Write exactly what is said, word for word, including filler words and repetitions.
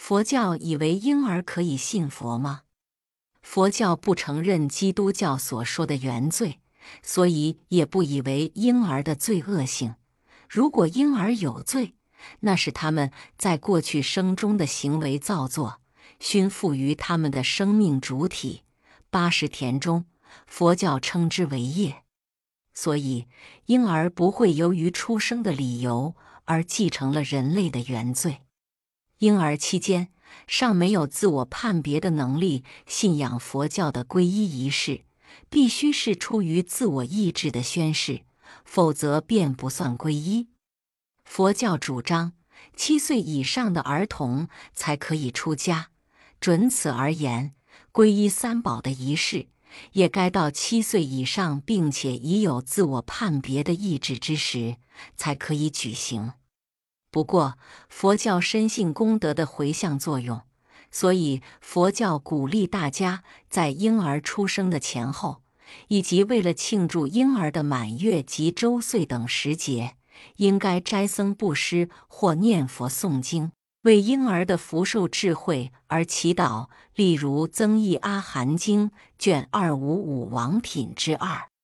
佛教以为婴儿可以信佛吗？佛教不承认基督教所说的原罪，所以也不以为婴儿的罪恶性。如果婴儿有罪，那是他们在过去生中的行为造作，熏附于他们的生命主体。八识田中，佛教称之为业。所以，婴儿不会由于出生的理由而继承了人类的原罪。婴儿期间尚没有自我判别的能力，信仰佛教的皈依仪式必须是出于自我意志的宣誓，否则便不算皈依。佛教主张七岁以上的儿童才可以出家，准此而言，皈依三宝的仪式也该到七岁以上，并且已有自我判别的意志之时，才可以举行。不过，佛教深信功德的回向作用，所以佛教鼓励大家在婴儿出生的前后，以及为了庆祝婴儿的满月及周岁等时节，应该斋僧布施或念佛诵经，为婴儿的福寿智慧而祈祷。例如《增益阿含经》卷二五五王品之二。